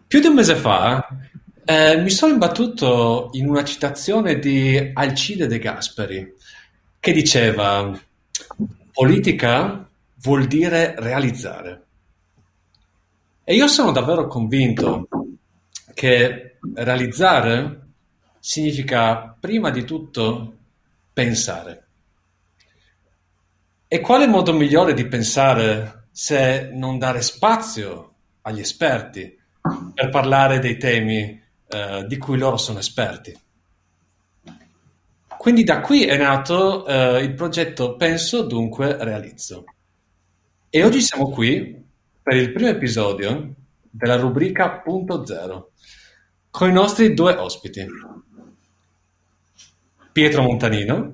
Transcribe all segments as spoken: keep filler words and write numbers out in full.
Più di un mese fa eh, mi sono imbattuto in una citazione di Alcide De Gasperi che diceva: politica vuol dire realizzare. E io sono davvero convinto che realizzare significa prima di tutto pensare. E quale modo migliore di pensare se non dare spazio agli esperti per parlare dei temi eh, di cui loro sono esperti? Quindi da qui è nato eh, il progetto Penso, dunque realizzo. E oggi siamo qui per il primo episodio della rubrica Punto Zero con i nostri due ospiti. Pietro Montanino,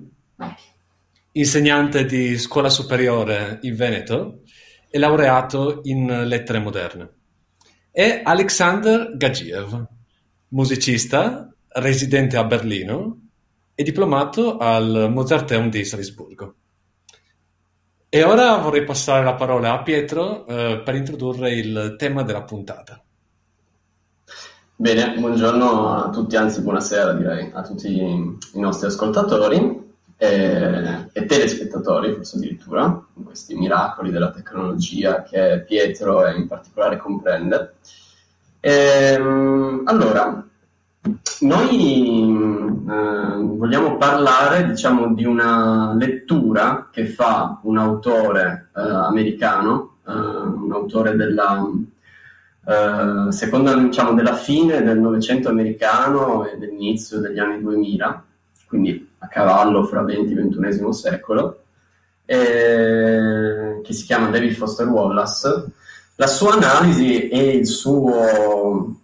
insegnante di scuola superiore in Veneto e laureato in lettere moderne, e Alexander Gagiev, musicista, residente a Berlino e diplomato al Mozarteum di Salisburgo. E ora vorrei passare la parola a Pietro eh, per introdurre il tema della puntata. Bene, buongiorno a tutti, anzi buonasera direi, a tutti i nostri ascoltatori e, e telespettatori, forse addirittura, in questi miracoli della tecnologia che Pietro in particolare comprende. E, allora, noi eh, vogliamo parlare, diciamo, di una lettura che fa un autore eh, americano, eh, un autore della Uh, seconda, diciamo, della fine del Novecento americano e dell'inizio degli anni duemila, quindi a cavallo fra venti e ventunesimo secolo, eh, che si chiama David Foster Wallace. La sua analisi e il suo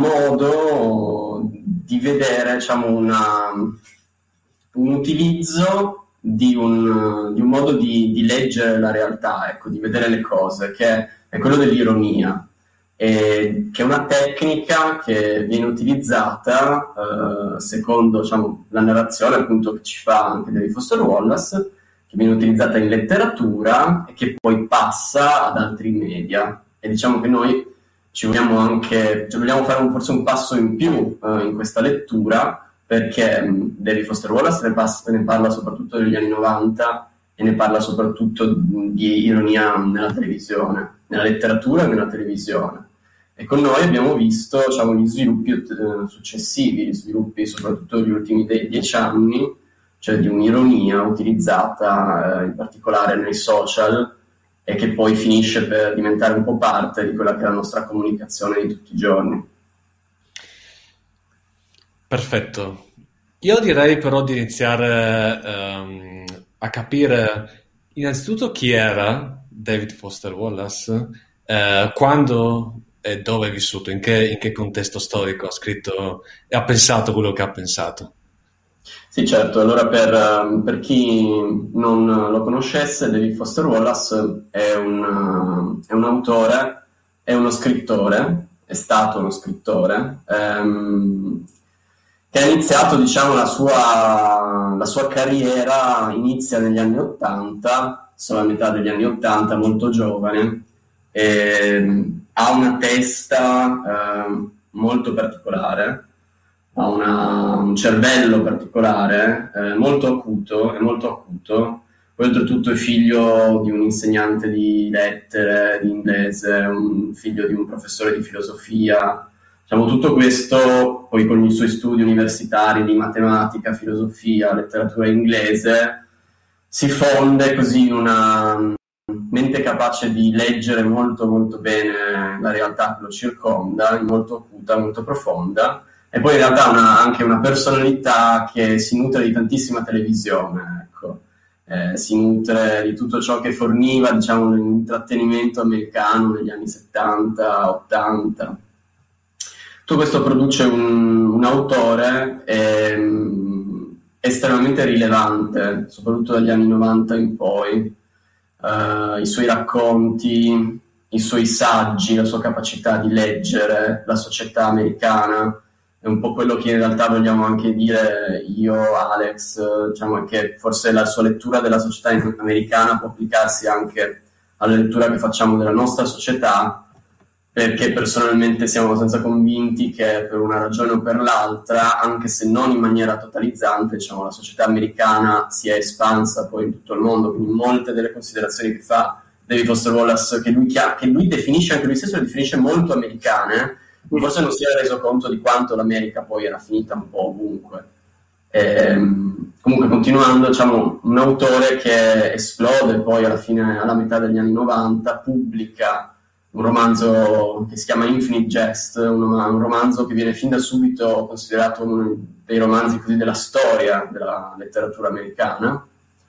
modo di vedere, diciamo, una, un utilizzo di un, di un modo di, di leggere la realtà, ecco, di vedere le cose, che è quello dell'ironia. E che è una tecnica che viene utilizzata eh, secondo, diciamo, la narrazione appunto che ci fa anche David Foster Wallace, che viene utilizzata in letteratura e che poi passa ad altri media. E diciamo che noi ci vogliamo anche, cioè vogliamo fare un, forse un passo in più eh, in questa lettura, perché mh, David Foster Wallace ne, passa, ne parla soprattutto negli anni novanta e ne parla soprattutto di ironia nella televisione, nella letteratura e nella televisione. E con noi abbiamo visto, diciamo, gli sviluppi eh, successivi, gli sviluppi soprattutto degli ultimi dieci anni, cioè di un'ironia utilizzata eh, in particolare nei social e che poi finisce per diventare un po' parte di quella che è la nostra comunicazione di tutti i giorni. Perfetto. Io direi però di iniziare ehm, a capire innanzitutto chi era David Foster Wallace, eh, quando e dove è vissuto, in che, in che contesto storico ha scritto e ha pensato quello che ha pensato. Sì, certo. Allora, per, per chi non lo conoscesse, David Foster Wallace è un, è un autore, è uno scrittore, è stato uno scrittore, ehm, che ha iniziato, diciamo, la sua, la sua carriera inizia negli anni Ottanta, solo a metà degli anni Ottanta, molto giovane, e ha una testa eh, molto particolare, ha una, un cervello particolare, eh, molto acuto, è molto acuto. Poi oltretutto è figlio di un insegnante di lettere, di inglese, un figlio di un professore di filosofia. Diciamo, tutto questo, poi con i suoi studi universitari di matematica, filosofia, letteratura inglese, si fonde così in una mente capace di leggere molto molto bene la realtà che lo circonda, molto acuta, molto profonda, e poi in realtà ha anche una personalità che si nutre di tantissima televisione, ecco. Eh, si nutre di tutto ciò che forniva, diciamo, l'intrattenimento americano negli anni settanta, ottanta. Tutto questo produce un, un autore ehm, estremamente rilevante, soprattutto dagli anni novanta in poi. Uh, i suoi racconti, i suoi saggi, la sua capacità di leggere la società americana è un po' quello che in realtà vogliamo anche dire io, Alex, diciamo che forse la sua lettura della società americana può applicarsi anche alla lettura che facciamo della nostra società, perché personalmente siamo abbastanza convinti che per una ragione o per l'altra, anche se non in maniera totalizzante, diciamo, la società americana si è espansa poi in tutto il mondo, quindi molte delle considerazioni che fa David Foster Wallace, che lui, chiama, che lui definisce, anche lui stesso le definisce molto americane, forse non si era reso conto di quanto l'America poi era finita un po' ovunque. Ehm, comunque continuando, diciamo, un autore che esplode poi alla fine, alla metà degli anni novanta, pubblica un romanzo che si chiama Infinite Jest, un, un romanzo che viene fin da subito considerato uno dei romanzi così della storia della letteratura americana,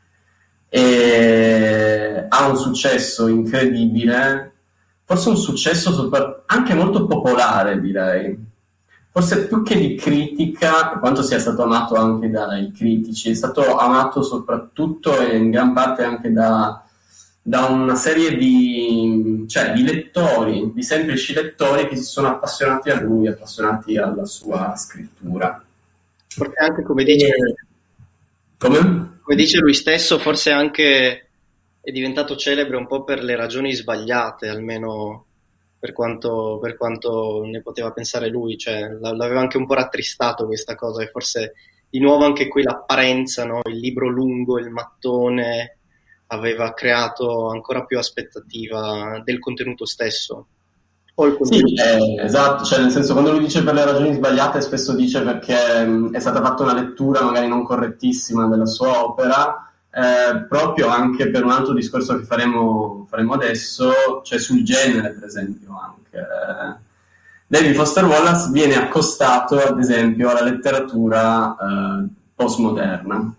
e ha un successo incredibile, forse un successo anche molto popolare, direi, forse più che di critica, per quanto sia stato amato anche dai critici, è stato amato soprattutto e in gran parte anche da da una serie di, cioè, di lettori, di semplici lettori che si sono appassionati a lui, appassionati alla sua scrittura. Forse anche, come dice, come? come dice lui stesso, forse anche è diventato celebre un po' per le ragioni sbagliate, almeno per quanto, per quanto ne poteva pensare lui, cioè l'aveva anche un po' rattristato questa cosa, e forse di nuovo anche qui l'apparenza, no? Il libro lungo, il mattone, aveva creato ancora più aspettativa del contenuto stesso. O il contenuto. Sì, eh, esatto, cioè nel senso, quando lui dice per le ragioni sbagliate, spesso dice perché mh, è stata fatta una lettura magari non correttissima della sua opera, eh, proprio anche per un altro discorso che faremo, faremo adesso, cioè sul genere, per esempio, anche. Eh, David Foster Wallace viene accostato, ad esempio, alla letteratura eh, postmoderna.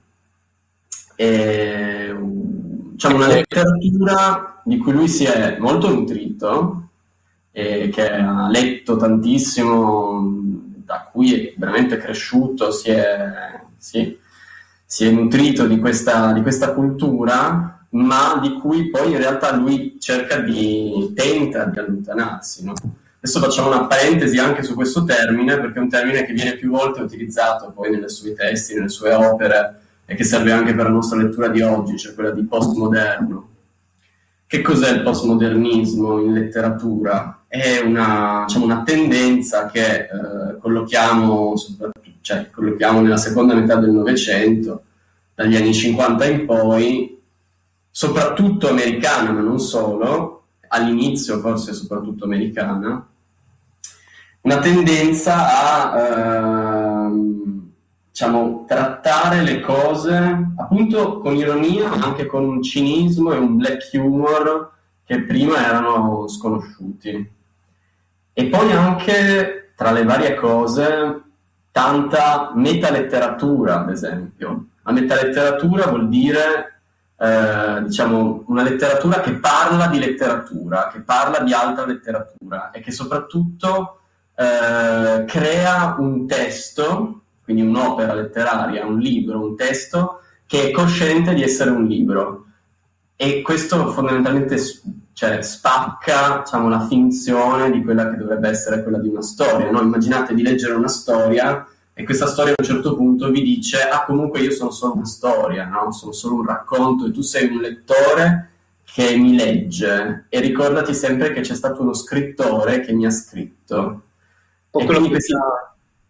E, diciamo, una letteratura di cui lui si è molto nutrito e che ha letto tantissimo, da cui è veramente cresciuto, si è, si, si è nutrito di questa, di questa cultura, ma di cui poi in realtà lui cerca di, tenta di allontanarsi, no? Adesso facciamo una parentesi anche su questo termine, perché è un termine che viene più volte utilizzato poi nei suoi testi, nelle sue opere, e che serve anche per la nostra lettura di oggi, cioè quella di postmoderno. Che cos'è il postmodernismo in letteratura? È una, diciamo, una tendenza che eh, collochiamo, cioè, collochiamo nella seconda metà del Novecento, dagli anni cinquanta in poi, soprattutto americana, ma non solo, all'inizio forse soprattutto americana, una tendenza a... Ehm, diciamo, trattare le cose appunto con ironia, ma anche con un cinismo e un black humor che prima erano sconosciuti. E poi anche, tra le varie cose, tanta metaletteratura, ad esempio. La metaletteratura vuol dire, eh, diciamo, una letteratura che parla di letteratura, che parla di altra letteratura e che soprattutto eh, crea un testo, quindi un'opera letteraria, un libro, un testo, che è cosciente di essere un libro. E questo fondamentalmente cioè, spacca, diciamo, la finzione di quella che dovrebbe essere quella di una storia, no? Immaginate di leggere una storia e questa storia a un certo punto vi dice ah, comunque io sono solo una storia, no? Sono solo un racconto e tu sei un lettore che mi legge, e ricordati sempre che c'è stato uno scrittore che mi ha scritto. O e quello, che questi... già...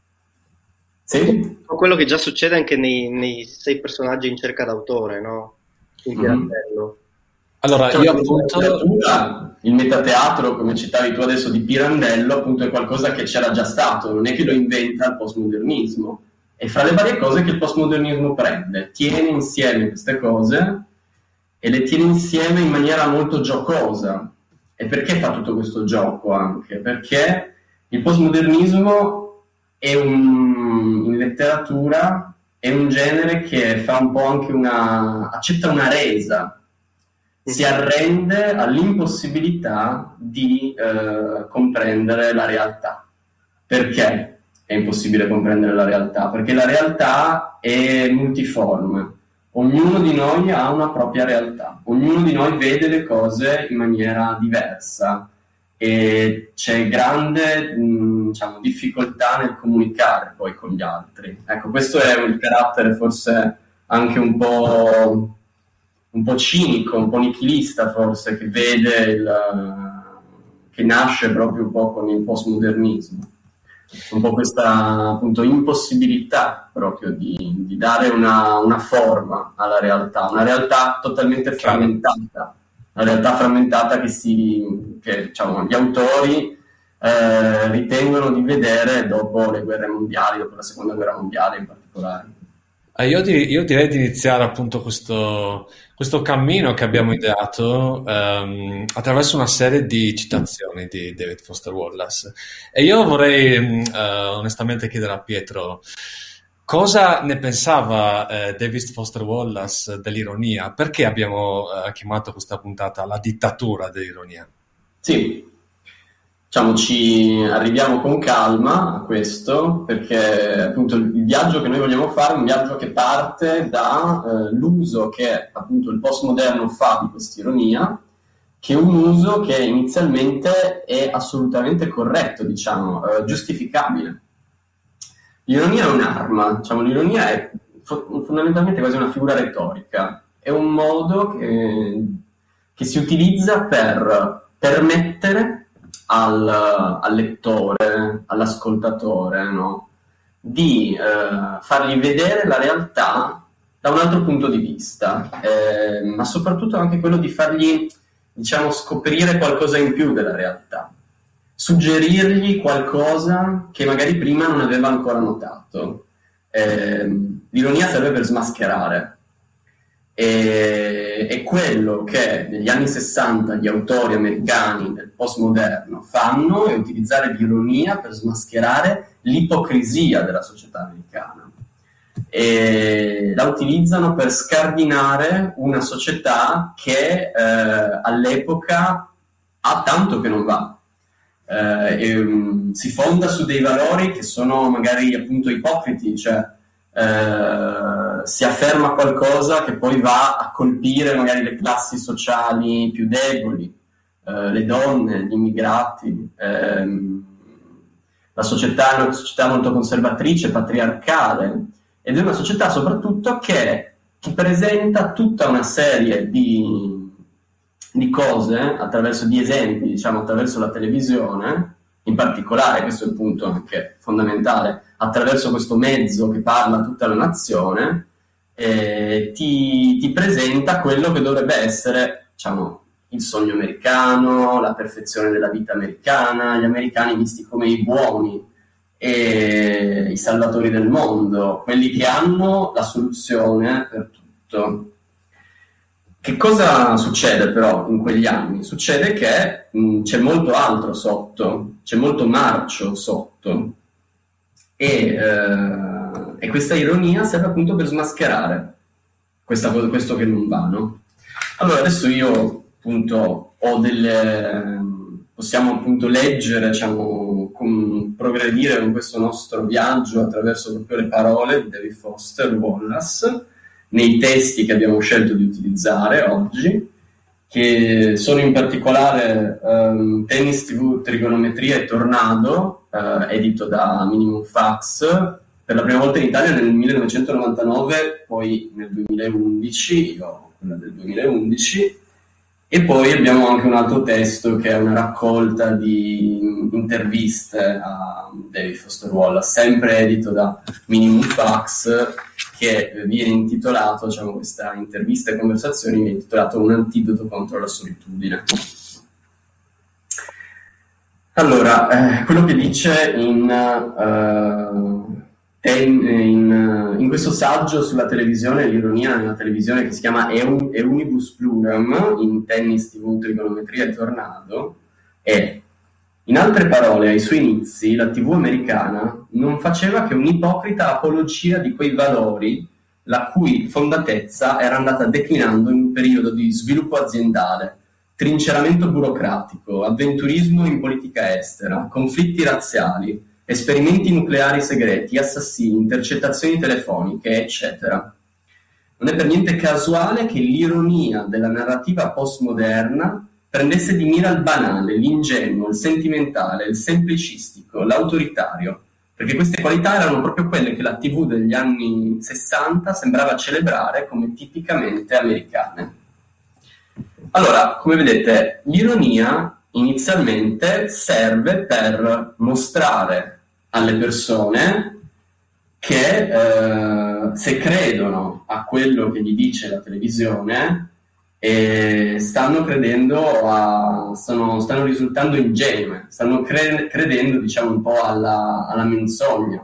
sì? o quello che già succede anche nei, nei sei personaggi in cerca d'autore, no? Il Pirandello. Allora, cioè, io appunto... il metateatro, come citavi tu adesso, di Pirandello, appunto è qualcosa che c'era già stato, non è che lo inventa il postmodernismo. E fra le varie cose che il postmodernismo prende, tiene insieme queste cose e le tiene insieme in maniera molto giocosa. E perché fa tutto questo gioco anche? Perché il postmodernismo è un, in letteratura è un genere che fa un po' anche una... accetta una resa, si arrende all'impossibilità di eh, comprendere la realtà. Perché è impossibile comprendere la realtà? Perché la realtà è multiforme. Ognuno di noi ha una propria realtà, ognuno di noi vede le cose in maniera diversa e c'è grande mh, diciamo, difficoltà nel comunicare poi con gli altri. Ecco, questo è il carattere forse anche un po', un po' cinico, un po' nichilista forse, che vede il, che nasce proprio un po' con il postmodernismo. Un po' questa appunto impossibilità proprio di, di dare una, una forma alla realtà, una realtà totalmente frammentata, una realtà frammentata che, si, che diciamo, gli autori eh, ritengono di vedere dopo le guerre mondiali, dopo la seconda guerra mondiale in particolare. Eh, Io, di- io direi di iniziare appunto questo, questo cammino che abbiamo ideato ehm, attraverso una serie di citazioni di David Foster Wallace. E io vorrei mh, eh, onestamente chiedere a Pietro cosa ne pensava eh, David Foster Wallace dell'ironia? Perché abbiamo eh, chiamato questa puntata La dittatura dell'ironia? Sì, diciamo, ci arriviamo con calma a questo, perché appunto il viaggio che noi vogliamo fare è un viaggio che parte dall'uso eh, che appunto il postmoderno fa di quest'ironia, che è un uso che inizialmente è assolutamente corretto, diciamo, eh, giustificabile. L'ironia è un'arma, diciamo, l'ironia è fo- fondamentalmente quasi una figura retorica, è un modo che, che si utilizza per permettere al, al lettore, all'ascoltatore, no? di eh, fargli vedere la realtà da un altro punto di vista, eh, ma soprattutto anche quello di fargli, diciamo, scoprire qualcosa in più della realtà, suggerirgli qualcosa che magari prima non aveva ancora notato. Eh, l'ironia serve per smascherare. E, è quello che negli anni sessanta gli autori americani del postmoderno fanno, è utilizzare l'ironia per smascherare l'ipocrisia della società americana. E la utilizzano per scardinare una società che eh, all'epoca ha tanto che non va. Eh, e, um, si fonda su dei valori che sono magari appunto ipocriti, cioè eh, si afferma qualcosa che poi va a colpire magari le classi sociali più deboli, eh, le donne, gli immigrati. ehm, la società è una società molto conservatrice, patriarcale, ed è una società soprattutto che ti presenta tutta una serie di, di cose attraverso di esempi, diciamo attraverso la televisione, in particolare, questo è il punto anche fondamentale, attraverso questo mezzo che parla a tutta la nazione, eh, ti, ti presenta quello che dovrebbe essere, diciamo, il sogno americano, la perfezione della vita americana, gli americani visti come i buoni e i salvatori del mondo, quelli che hanno la soluzione per tutto. Che cosa succede però in quegli anni? Succede che mh, c'è molto altro sotto, c'è molto marcio sotto, e, eh, e questa ironia serve appunto per smascherare questa cosa, questo che non va, no? Allora adesso io appunto ho delle... possiamo appunto leggere, diciamo, con, progredire con questo nostro viaggio attraverso proprio le parole di David Foster Wallace, nei testi che abbiamo scelto di utilizzare oggi, che sono in particolare um, Tennis tivù, Trigonometria e Tornado, uh, edito da Minimum Fax, per la prima volta in Italia nel millenovecentonovantanove, poi nel duemilaundici, io ho quella del duemilaundici, e poi abbiamo anche un altro testo che è una raccolta di interviste a David Foster Wallace, sempre edito da Minimum Fax, che viene intitolato, diciamo, questa intervista e conversazioni viene intitolato Un antidoto contro la solitudine. Allora, eh, quello che dice in, uh, ten, in, in questo saggio sulla televisione, l'ironia nella televisione, che si chiama Eun, Eunibus Pluram, in Tennis tivù, Trigonometria e Tornado, è: in altre parole, ai suoi inizi, la tivù americana non faceva che un'ipocrita apologia di quei valori la cui fondatezza era andata declinando in un periodo di sviluppo aziendale, trinceramento burocratico, avventurismo in politica estera, conflitti razziali, esperimenti nucleari segreti, assassini, intercettazioni telefoniche, eccetera. Non è per niente casuale che l'ironia della narrativa postmoderna prendesse di mira il banale, l'ingenuo, il sentimentale, il semplicistico, l'autoritario, perché queste qualità erano proprio quelle che la tivù degli anni sessanta sembrava celebrare come tipicamente americane. Allora, come vedete, l'ironia inizialmente serve per mostrare alle persone che eh, se credono a quello che gli dice la televisione e stanno credendo a, stanno, stanno risultando ingenue, stanno cre- credendo diciamo un po' alla, alla menzogna.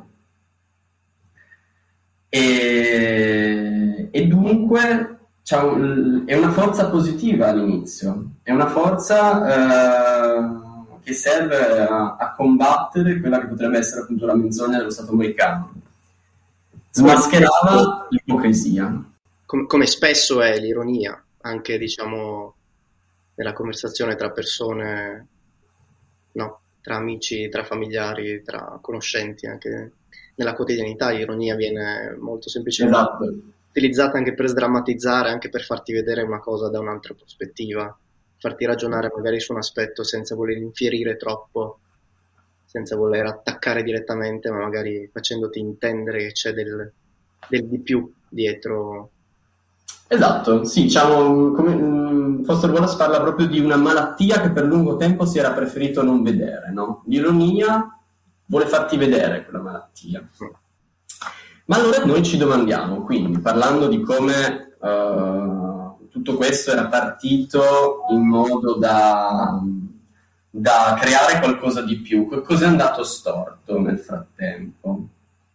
E, e dunque diciamo, è una forza positiva all'inizio, è una forza eh, che serve a, a combattere quella che potrebbe essere appunto la menzogna dello Stato americano. Smascherava l'ipocrisia. Come, come spesso è l'ironia, anche diciamo nella conversazione tra persone, no, tra amici, tra familiari, tra conoscenti, anche nella quotidianità l'ironia viene molto semplicemente Esatto. utilizzata anche per sdrammatizzare, anche per farti vedere una cosa da un'altra prospettiva, farti ragionare magari su un aspetto senza voler infierire troppo, senza voler attaccare direttamente, ma magari facendoti intendere che c'è del, del di più dietro. Esatto, sì, diciamo, come, um, Foster Wallace parla proprio di una malattia che per lungo tempo si era preferito non vedere, no? L'ironia vuole farti vedere quella malattia. Ma allora noi ci domandiamo, quindi, parlando di come uh, tutto questo era partito in modo da, da creare qualcosa di più, che cosa è andato storto nel frattempo?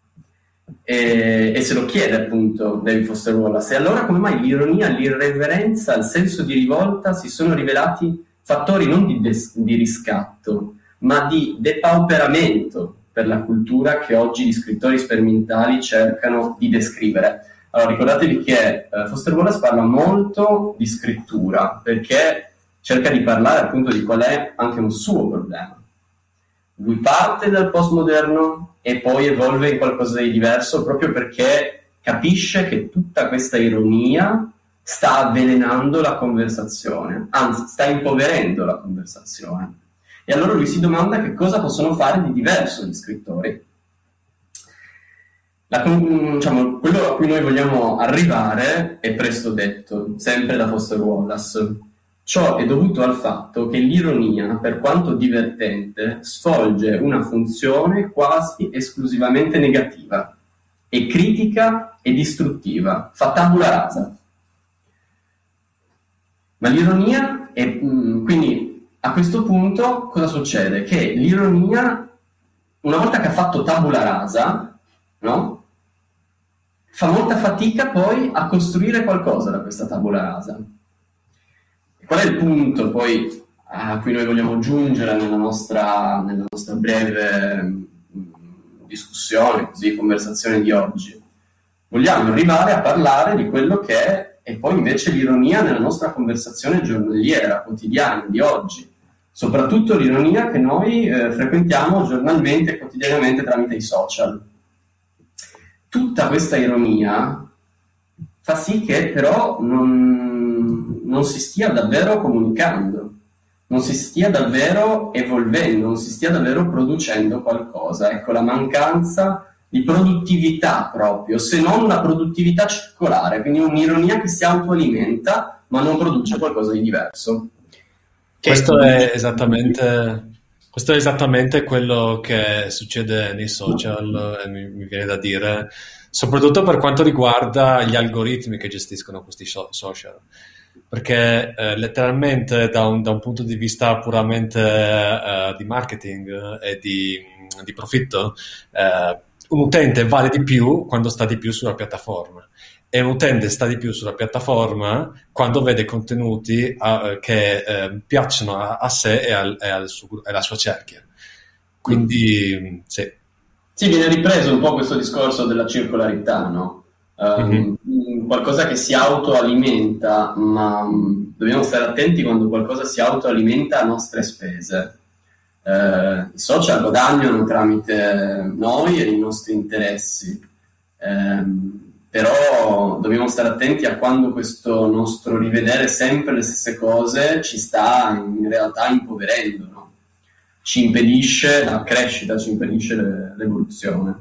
E, e se lo chiede appunto David Foster Wallace. E allora come mai l'ironia, l'irreverenza, il senso di rivolta si sono rivelati fattori non di, des- di riscatto, ma di depauperamento per la cultura che oggi gli scrittori sperimentali cercano di descrivere? Allora ricordatevi che eh, Foster Wallace parla molto di scrittura perché cerca di parlare appunto di qual è anche un suo problema. Lui parte dal postmoderno e poi evolve in qualcosa di diverso proprio perché capisce che tutta questa ironia sta avvelenando la conversazione, anzi sta impoverendo la conversazione. E allora lui si domanda che cosa possono fare di diverso gli scrittori. La, diciamo, quello a cui noi vogliamo arrivare è presto detto, sempre da Foster Wallace. Ciò è dovuto al fatto che l'ironia, per quanto divertente, svolge una funzione quasi esclusivamente negativa, è critica e distruttiva, fa tabula rasa. Ma l'ironia è, quindi a questo punto cosa succede? Che l'ironia, una volta che ha fatto tabula rasa, no? Fa molta fatica poi a costruire qualcosa da questa tabula rasa. Qual è il punto poi a cui noi vogliamo giungere nella nostra, nella nostra breve mh, discussione, così, conversazione di oggi? Vogliamo arrivare a parlare di quello che è, e poi invece l'ironia nella nostra conversazione giornaliera, quotidiana, di oggi. Soprattutto l'ironia che noi eh, frequentiamo giornalmente e quotidianamente tramite i social. Tutta questa ironia fa sì che però non, non si stia davvero comunicando, non si stia davvero evolvendo, non si stia davvero producendo qualcosa. Ecco, la mancanza di produttività proprio, se non una produttività circolare, quindi un'ironia che si autoalimenta ma non produce qualcosa di diverso. Questo è esattamente... Questo è esattamente quello che succede nei social, e mi, mi viene da dire, soprattutto per quanto riguarda gli algoritmi che gestiscono questi so- social. Perché eh, letteralmente da un, da un punto di vista puramente eh, di marketing e di, di profitto, eh, un utente vale di più quando sta di più sulla piattaforma. E un utente sta di più sulla piattaforma quando vede contenuti uh, che eh, piacciono a, a sé e, al, e al suo, alla sua cerchia. Quindi, sì. Sì, viene ripreso un po' questo discorso della circolarità, no? Um, mm-hmm. Qualcosa che si autoalimenta, ma um, dobbiamo stare attenti quando qualcosa si autoalimenta a nostre spese. Uh, I social guadagnano tramite noi e i nostri interessi. Um, Però dobbiamo stare attenti a quando questo nostro rivedere sempre le stesse cose ci sta in realtà impoverendo, no? Ci impedisce la crescita, ci impedisce le, l'evoluzione.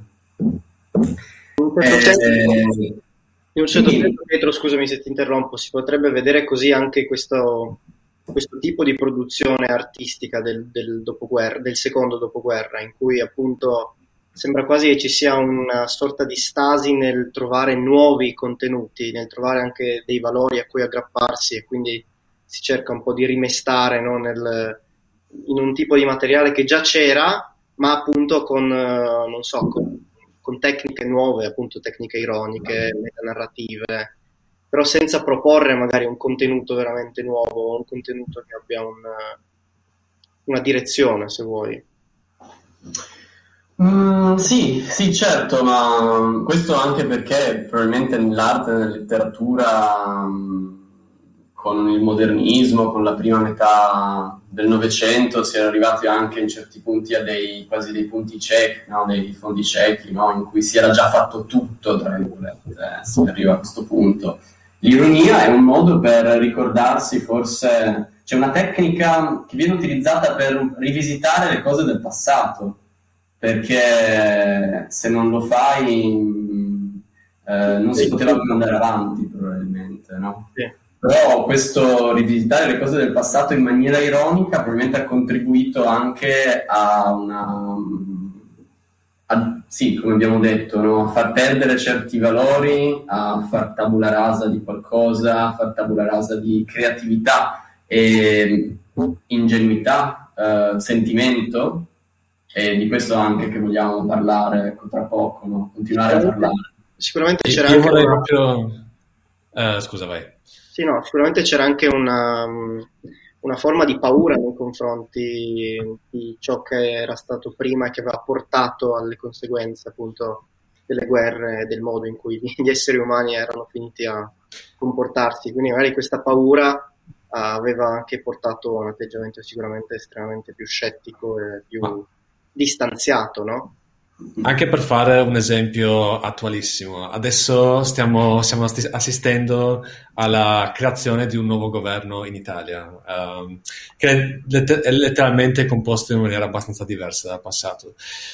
Eh, in un certo senso, Pietro, scusami se ti interrompo, si potrebbe vedere così anche questo, questo tipo di produzione artistica del, del dopoguerra, del secondo dopoguerra, in cui appunto sembra quasi che ci sia una sorta di stasi nel trovare nuovi contenuti, nel trovare anche dei valori a cui aggrapparsi, e quindi si cerca un po' di rimestare, no, nel, in un tipo di materiale che già c'era, ma appunto con, non so, con, con tecniche nuove, appunto tecniche ironiche, metanarrative, però senza proporre magari un contenuto veramente nuovo, un contenuto che abbia una, una direzione, se vuoi. Mm, sì, sì, certo, ma questo anche perché probabilmente nell'arte e nella letteratura, mm, con il modernismo, con la prima metà del Novecento, si era arrivati anche in certi punti a dei quasi dei punti ciechi, no? Dei fondi ciechi, no? In cui si era già fatto tutto, tra virgolette, eh, si arriva a questo punto. L'ironia è un modo per ricordarsi, forse, c'è una tecnica che viene utilizzata per rivisitare le cose del passato, perché se non lo fai eh, non si poteva più andare avanti, probabilmente, no? Sì. Però questo rivisitare le cose del passato in maniera ironica probabilmente ha contribuito anche a una, a, sì, come abbiamo detto, no? A far perdere certi valori, a far tabula rasa di qualcosa, a far tabula rasa di creatività e ingenuità, eh, sentimento, e di questo anche che vogliamo parlare, ecco, tra poco, no? Continuare a parlare. Sicuramente Io c'era io anche vorrei una... proprio... eh, scusa, vai. Sì, no, sicuramente c'era anche una, una forma di paura nei confronti di ciò che era stato prima e che aveva portato alle conseguenze appunto delle guerre e del modo in cui gli esseri umani erano finiti a comportarsi. Quindi magari questa paura aveva anche portato a un atteggiamento sicuramente estremamente più scettico e più Ma- distanziato, no? Anche per fare un esempio attualissimo, adesso stiamo, stiamo asti- assistendo alla creazione di un nuovo governo in Italia, ehm, che è, let- è letteralmente composto in maniera abbastanza diversa dal passato.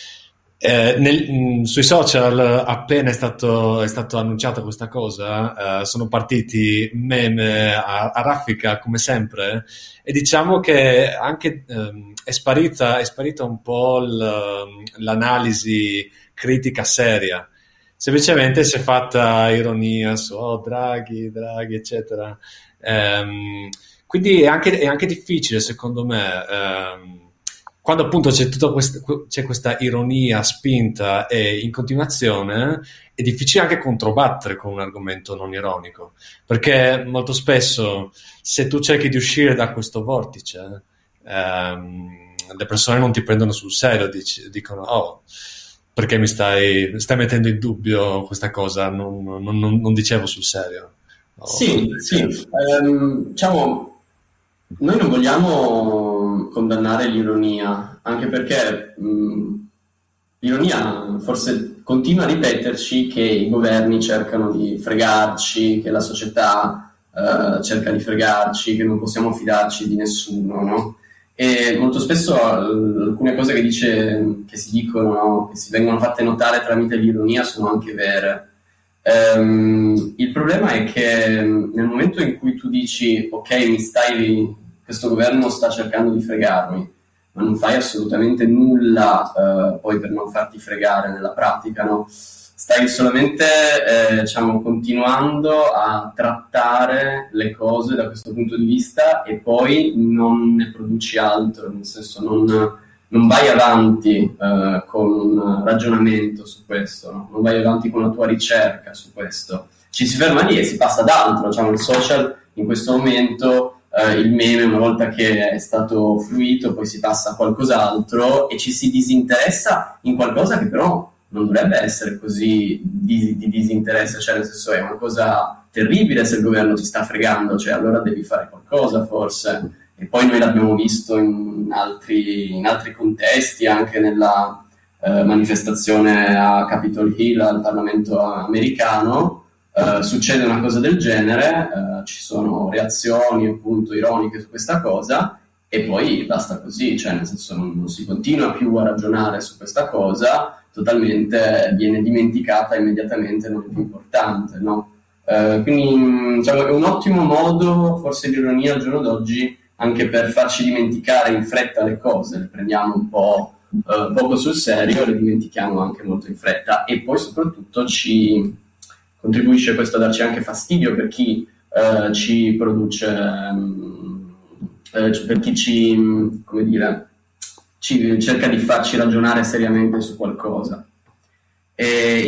Eh, nel- mh, sui social, appena è stato, è stato annunciata questa cosa, eh, sono partiti meme a, a raffica, come sempre, e diciamo che anche ehm, è sparita, è sparita un po' l- l'analisi critica seria. Semplicemente si è fatta ironia su oh, Draghi, Draghi, eccetera. Ehm, quindi è anche, è anche difficile, secondo me, ehm, quando appunto c'è tutta questa, c'è questa ironia spinta e in continuazione, è difficile anche controbattere con un argomento non ironico, perché molto spesso se tu cerchi di uscire da questo vortice, ehm, le persone non ti prendono sul serio, dic- dicono oh, perché mi stai, stai mettendo in dubbio questa cosa, non, non- non- non dicevo sul serio. Oh, Sì, sì, ehm, diciamo, noi non vogliamo condannare l'ironia, anche perché mh, l'ironia forse continua a ripeterci che i governi cercano di fregarci, che la società eh, cerca di fregarci, che non possiamo fidarci di nessuno, no? E molto spesso eh, alcune cose che dice, che si dicono, no? Che si vengono fatte notare tramite l'ironia sono anche vere. Ehm, il problema è che mh, nel momento in cui tu dici ok, mi stai, questo governo sta cercando di fregarmi, ma non fai assolutamente nulla eh, poi per non farti fregare nella pratica, no? Stai solamente eh, diciamo, continuando a trattare le cose da questo punto di vista e poi non ne produci altro, nel senso non, non vai avanti eh, con un ragionamento su questo, no? Non vai avanti con la tua ricerca su questo. Ci si ferma lì e si passa ad altro, diciamo, il social in questo momento, eh, il meme una volta che è stato fruito poi si passa a qualcos'altro e ci si disinteressa in qualcosa che però non dovrebbe essere così di, di disinteresse, cioè nel senso è una cosa terribile se il governo ti sta fregando, cioè allora devi fare qualcosa forse. E poi noi l'abbiamo visto in altri, in altri contesti, anche nella eh, manifestazione a Capitol Hill, al Parlamento americano, eh, succede una cosa del genere, eh, ci sono reazioni appunto ironiche su questa cosa e poi basta così, cioè nel senso non, non si continua più a ragionare su questa cosa, totalmente viene dimenticata immediatamente, non è più importante, no? Eh, quindi diciamo, è un ottimo modo, forse l'ironia al giorno d'oggi, anche per farci dimenticare in fretta le cose, le prendiamo un po' eh, poco sul serio e le dimentichiamo anche molto in fretta, e poi soprattutto ci contribuisce questo a darci anche fastidio per chi eh, ci produce, eh, per chi ci, come dire, ci cerca di farci ragionare seriamente su qualcosa. E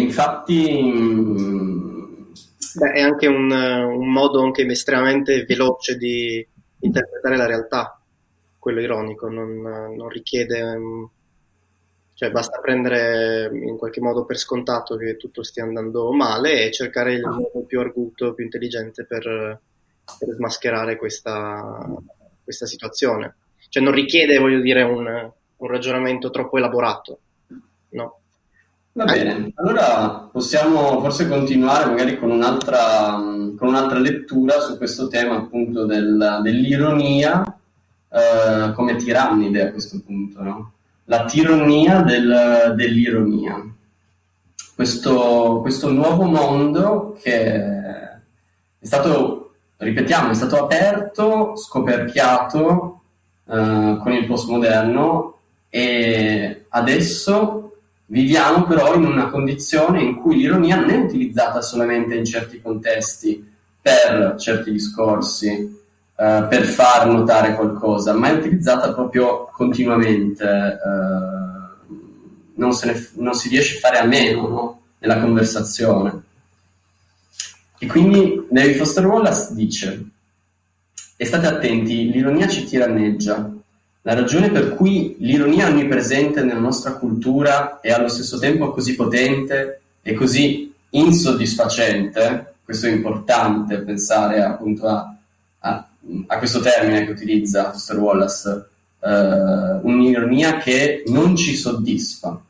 infatti Beh, è anche un, un modo anche estremamente veloce di interpretare la realtà, quello ironico, non, non richiede, cioè basta prendere in qualche modo per scontato che tutto stia andando male e cercare il modo più arguto, più intelligente per, per smascherare questa, questa situazione. Cioè non richiede, voglio dire, un, un ragionamento troppo elaborato, no? Va bene, allora possiamo forse continuare magari con un'altra, con un'altra lettura su questo tema appunto del, dell'ironia eh, come tirannide a questo punto, no? La tirannia del, dell'ironia. Questo, questo nuovo mondo che è stato, ripetiamo, è stato aperto, scoperchiato eh, con il postmoderno, e adesso viviamo però in una condizione in cui l'ironia non è utilizzata solamente in certi contesti per certi discorsi, eh, per far notare qualcosa, ma è utilizzata proprio continuamente, eh, non, se ne, non si riesce a fare a meno, no? Nella conversazione. E quindi David Foster Wallace dice: e state attenti, l'ironia ci tiranneggia. La ragione per cui l'ironia è onnipresente nella nostra cultura e allo stesso tempo così potente e così insoddisfacente, questo è importante pensare appunto a, a, a questo termine che utilizza Foster Wallace, eh, un'ironia che non ci soddisfa,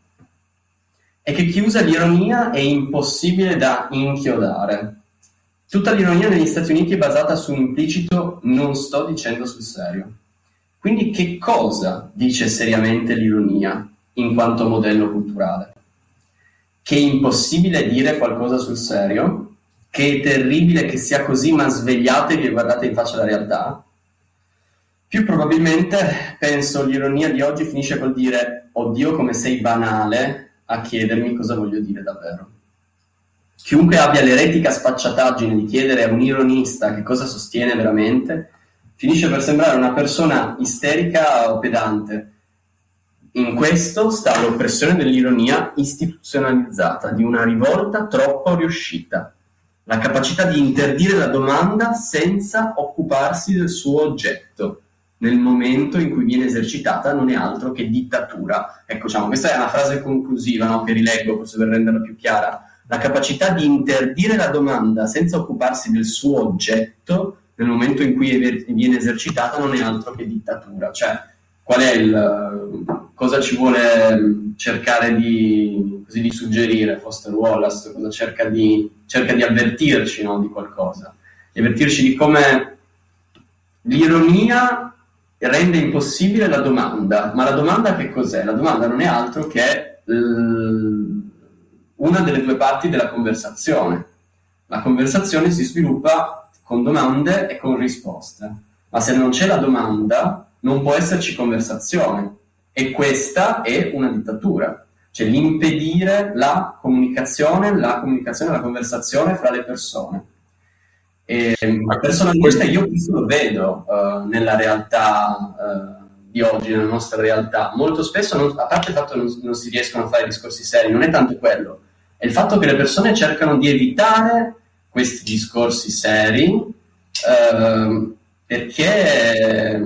è che chi usa l'ironia è impossibile da inchiodare. Tutta l'ironia negli Stati Uniti è basata su un implicito non sto dicendo sul serio. Quindi che cosa dice seriamente l'ironia in quanto modello culturale? Che è impossibile dire qualcosa sul serio? Che è terribile che sia così, ma svegliatevi e guardate in faccia la realtà? Più probabilmente, penso, l'ironia di oggi finisce col dire: oddio come sei banale a chiedermi cosa voglio dire davvero. Chiunque abbia l'eretica sfacciataggine di chiedere a un ironista che cosa sostiene veramente finisce per sembrare una persona isterica o pedante. In questo sta l'oppressione dell'ironia istituzionalizzata, di una rivolta troppo riuscita, la capacità di interdire la domanda senza occuparsi del suo oggetto. Nel momento in cui viene esercitata non è altro che dittatura. Ecco, diciamo, questa è una frase conclusiva, no, che rileggo forse per renderla più chiara. La capacità di interdire la domanda senza occuparsi del suo oggetto nel momento in cui viene esercitata non è altro che dittatura. Cioè, qual è il, cosa ci vuole cercare di, così, di suggerire Foster Wallace? Cosa cerca di, cerca di avvertirci, no, di qualcosa? Di avvertirci di come l'ironia rende impossibile la domanda. Ma la domanda che cos'è? La domanda non è altro che l, una delle due parti della conversazione. La conversazione si sviluppa con domande e con risposte, ma se non c'è la domanda non può esserci conversazione, e questa è una dittatura, cioè l'impedire la comunicazione, la comunicazione, la conversazione fra le persone. E personalmente io questo lo vedo uh, nella realtà uh, di oggi, nella nostra realtà. Molto spesso, non, a parte il fatto che non, non si riescono a fare discorsi seri, non è tanto quello, è il fatto che le persone cercano di evitare questi discorsi seri eh, perché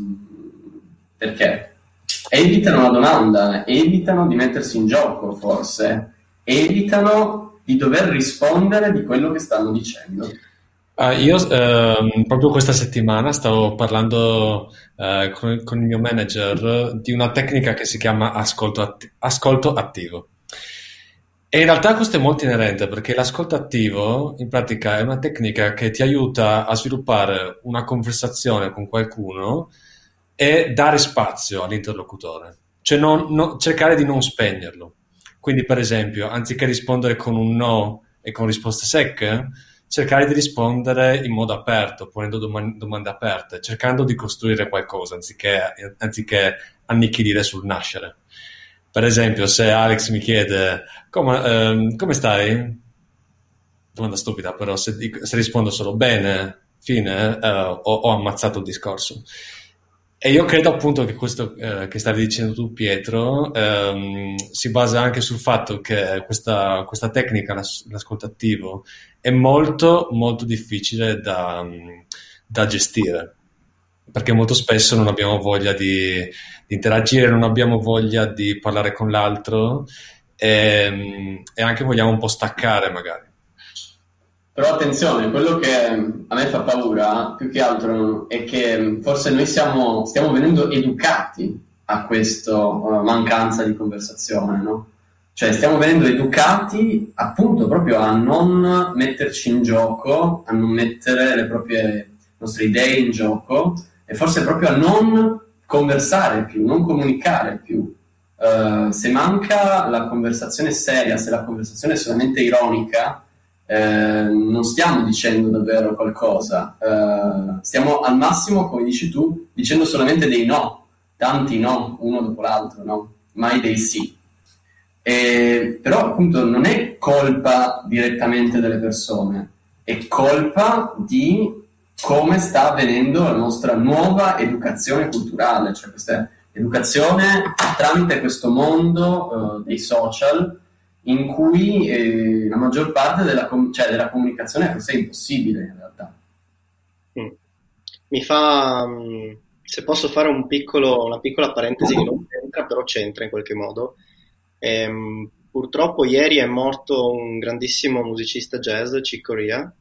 perché evitano la domanda, evitano di mettersi in gioco, forse evitano di dover rispondere di quello che stanno dicendo. Uh, io uh, proprio questa settimana stavo parlando uh, con, con il mio manager di una tecnica che si chiama ascolto, atti- ascolto attivo. E in realtà questo è molto inerente, perché l'ascolto attivo in pratica è una tecnica che ti aiuta a sviluppare una conversazione con qualcuno e dare spazio all'interlocutore, cioè non, non, cercare di non spegnerlo. Quindi, per esempio, anziché rispondere con un no e con risposte secche, cercare di rispondere in modo aperto, ponendo doman- domande aperte, cercando di costruire qualcosa anziché, anziché annichilire sul nascere. Per esempio, se Alex mi chiede come, ehm, come stai? Domanda stupida, però se, dico- se rispondo solo bene, fine, eh, ho, ho ammazzato il discorso. E io credo appunto che questo eh, che stavi dicendo tu, Pietro, ehm, si basa anche sul fatto che questa, questa tecnica, l'as- l'ascoltativo, è molto, molto difficile da, da gestire, perché molto spesso non abbiamo voglia di, di interagire, non abbiamo voglia di parlare con l'altro e, e anche vogliamo un po' staccare magari. Però attenzione, quello che a me fa paura più che altro è che forse noi siamo, stiamo venendo educati a questa uh, mancanza di conversazione, no? Cioè stiamo venendo educati appunto proprio a non metterci in gioco, a non mettere le proprie nostre idee in gioco e forse proprio a non conversare più, non comunicare più. Uh, se manca la conversazione seria, se la conversazione è solamente ironica, Eh, non stiamo dicendo davvero qualcosa, eh, stiamo al massimo, come dici tu, dicendo solamente dei no, tanti no, uno dopo l'altro, no? Mai dei sì. E, però appunto non è colpa direttamente delle persone, è colpa di come sta avvenendo la nostra nuova educazione culturale, cioè questa educazione tramite questo mondo eh, dei social, in cui eh, la maggior parte della, com- cioè, della comunicazione forse è impossibile in realtà. Mm. Mi fa, mm, se posso fare un piccolo, una piccola parentesi che non c'entra, però c'entra in qualche modo. Ehm, purtroppo ieri è morto un grandissimo musicista jazz, Chick Corea.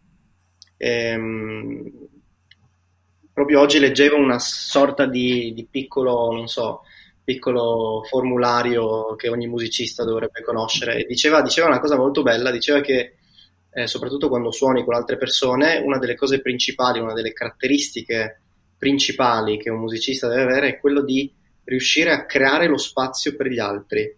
Ehm, proprio oggi leggevo una sorta di, di piccolo, non so, piccolo formulario che ogni musicista dovrebbe conoscere. E diceva, diceva una cosa molto bella, diceva che eh, soprattutto quando suoni con altre persone, una delle cose principali, una delle caratteristiche principali che un musicista deve avere è quello di riuscire a creare lo spazio per gli altri.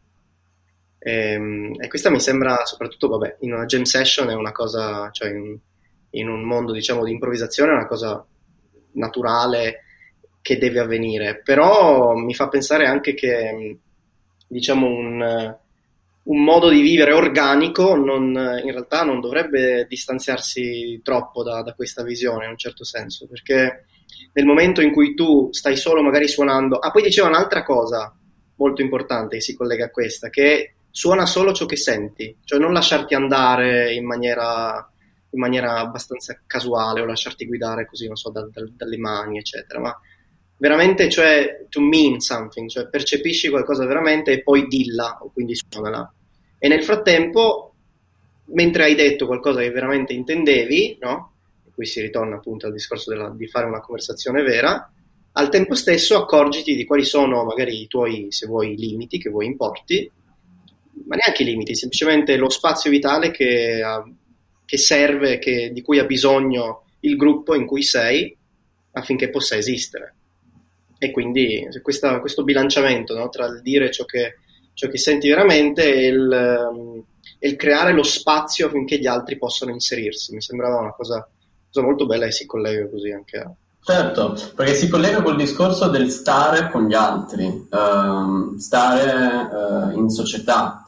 E, e questa mi sembra, soprattutto, vabbè, in una jam session è una cosa, cioè in, in un mondo, diciamo, di improvvisazione è una cosa naturale che deve avvenire, però mi fa pensare anche che, diciamo, un, un modo di vivere organico non, in realtà non dovrebbe distanziarsi troppo da, da questa visione, in un certo senso, perché nel momento in cui tu stai solo magari suonando... Ah, poi diceva un'altra cosa molto importante che si collega a questa, che suona solo ciò che senti, cioè non lasciarti andare in maniera, in maniera abbastanza casuale o lasciarti guidare così, non so, da, da, dalle mani, eccetera, ma veramente, cioè, to mean something, cioè percepisci qualcosa veramente e poi dilla, o quindi suonala. E nel frattempo, mentre hai detto qualcosa che veramente intendevi, no? E qui si ritorna appunto al discorso della, di fare una conversazione vera, al tempo stesso accorgiti di quali sono magari i tuoi, se vuoi, limiti che vuoi importi, ma neanche i limiti, semplicemente lo spazio vitale che, che serve, che, di cui ha bisogno il gruppo in cui sei affinché possa esistere. E quindi questa, questo bilanciamento, no, tra il dire ciò che, ciò che senti veramente e il, e il creare lo spazio affinché gli altri possano inserirsi, mi sembrava una cosa, cosa molto bella e si collega così anche a... Certo, perché si collega col discorso del stare con gli altri, ehm, stare eh, in società,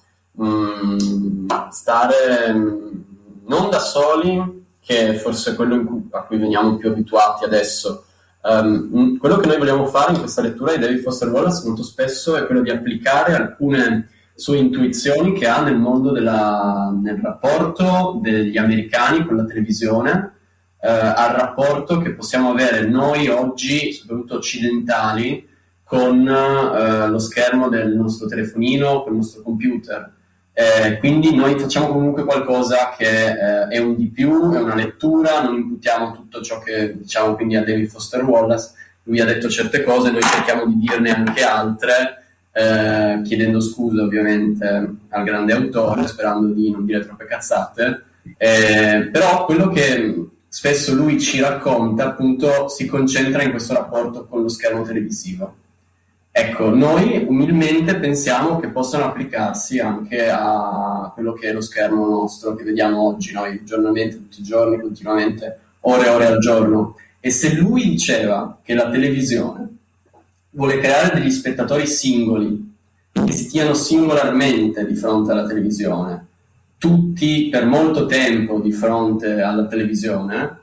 mh, stare mh, non da soli, che forse è quello in cui, a cui veniamo più abituati adesso. Um, quello che noi vogliamo fare in questa lettura di David Foster Wallace molto spesso è quello di applicare alcune sue intuizioni che ha nel mondo della, nel rapporto degli americani con la televisione, eh, al rapporto che possiamo avere noi oggi, soprattutto occidentali, con eh, lo schermo del nostro telefonino, con il nostro computer. Eh, quindi noi facciamo comunque qualcosa che eh, è un di più, è una lettura, non imputiamo tutto ciò che diciamo quindi a David Foster Wallace. Lui ha detto certe cose, noi cerchiamo di dirne anche altre, eh, chiedendo scusa ovviamente al grande autore, sperando di non dire troppe cazzate, eh, però quello che spesso lui ci racconta appunto si concentra in questo rapporto con lo schermo televisivo. Ecco, noi umilmente pensiamo che possano applicarsi anche a quello che è lo schermo nostro, che vediamo oggi, noi giornalmente, tutti i giorni, continuamente, ore e ore al giorno. E se lui diceva che la televisione vuole creare degli spettatori singoli, che stiano singolarmente di fronte alla televisione, tutti per molto tempo di fronte alla televisione,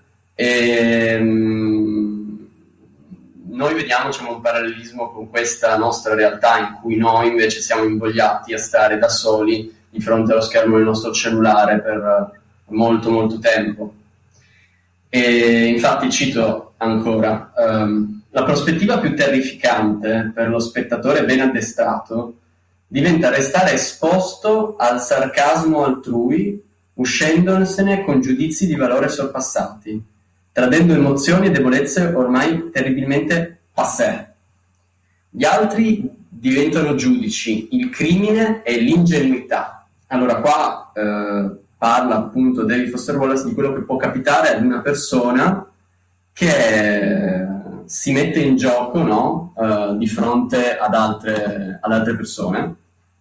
ehm, noi vediamo, diciamo, un parallelismo con questa nostra realtà in cui noi invece siamo invogliati a stare da soli di fronte allo schermo del nostro cellulare per molto molto tempo. E infatti cito ancora, um, la prospettiva più terrificante per lo spettatore ben addestrato diventa restare esposto al sarcasmo altrui, uscendosene con giudizi di valore sorpassati, tradendo emozioni e debolezze ormai terribilmente passé. Gli altri diventano giudici, il crimine e l'ingenuità. Allora qua eh, parla appunto David Foster Wallace di quello che può capitare ad una persona che si mette in gioco, no? uh, di fronte ad altre, ad altre persone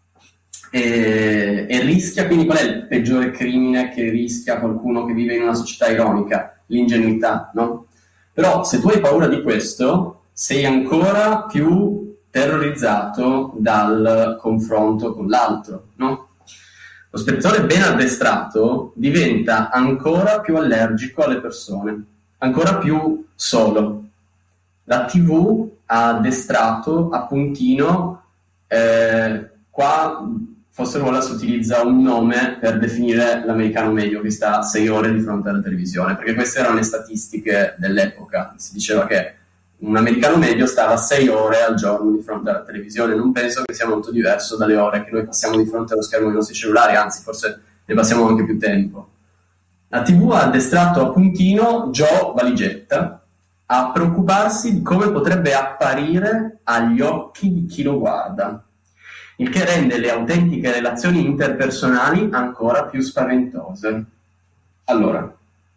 e, e rischia, quindi qual è il peggiore crimine che rischia qualcuno che vive in una società ironica? L'ingenuità, no? Però se tu hai paura di questo, sei ancora più terrorizzato dal confronto con l'altro, no? Lo spettatore ben addestrato diventa ancora più allergico alle persone, ancora più solo. La tivù ha addestrato a puntino, eh, qua Foster Wallace utilizza un nome per definire l'americano medio che sta sei ore di fronte alla televisione, perché queste erano le statistiche dell'epoca. Si diceva che un americano medio stava sei ore al giorno di fronte alla televisione. Non penso che sia molto diverso dalle ore che noi passiamo di fronte allo schermo dei nostri cellulari, anzi forse ne passiamo anche più tempo. La tivù ha addestrato a puntino Joe Valigetta a preoccuparsi di come potrebbe apparire agli occhi di chi lo guarda, il che rende le autentiche relazioni interpersonali ancora più spaventose. Allora,